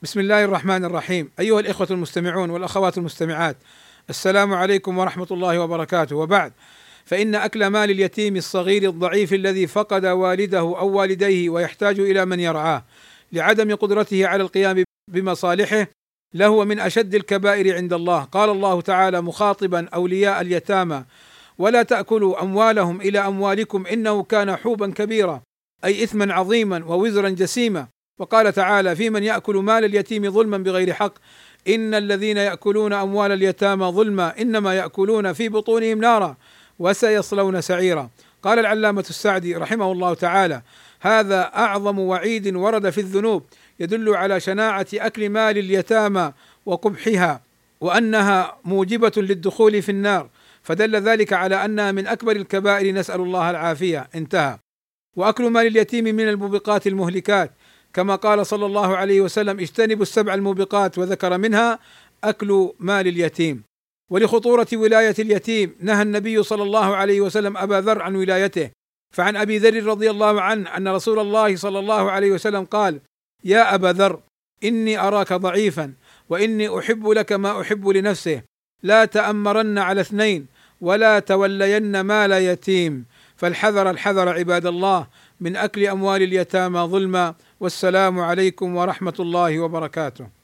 بسم الله الرحمن الرحيم. أيها الإخوة المستمعون والأخوات المستمعات، السلام عليكم ورحمة الله وبركاته، وبعد، فإن أكل مال اليتيم الصغير الضعيف الذي فقد والده أو والديه ويحتاج إلى من يرعاه لعدم قدرته على القيام بمصالحه لهو من أشد الكبائر عند الله. قال الله تعالى مخاطبا أولياء اليتامى: ولا تأكلوا أموالهم إلى أموالكم إنه كان حوبا كبيرا، أي إثما عظيما ووزرا جسيما. وقال تعالى في من يأكل مال اليتيم ظلما بغير حق: إن الذين يأكلون أموال اليتامى ظلما إنما يأكلون في بطونهم نارا وسيصلون سعيرا. قال العلامة السعدي رحمه الله تعالى: هذا أعظم وعيد ورد في الذنوب يدل على شناعة أكل مال اليتامى وقبحها، وأنها موجبة للدخول في النار، فدل ذلك على أنها من أكبر الكبائر، نسأل الله العافية. انتهى. وأكل مال اليتيم من الموبقات المهلكات، كما قال صلى الله عليه وسلم: اجتنبوا السبع الموبقات، وذكر منها أكل مال اليتيم. ولخطورة ولاية اليتيم نهى النبي صلى الله عليه وسلم أبا ذر عن ولايته، فعن أبي ذر رضي الله عنه أن رسول الله صلى الله عليه وسلم قال: يا أبا ذر، إني أراك ضعيفا وإني أحب لك ما أحب لنفسه، لا تأمرن على اثنين ولا تولين مال يتيم. فالحذر الحذر عباد الله من أكل أموال اليتامى ظلما. والسلام عليكم ورحمة الله وبركاته.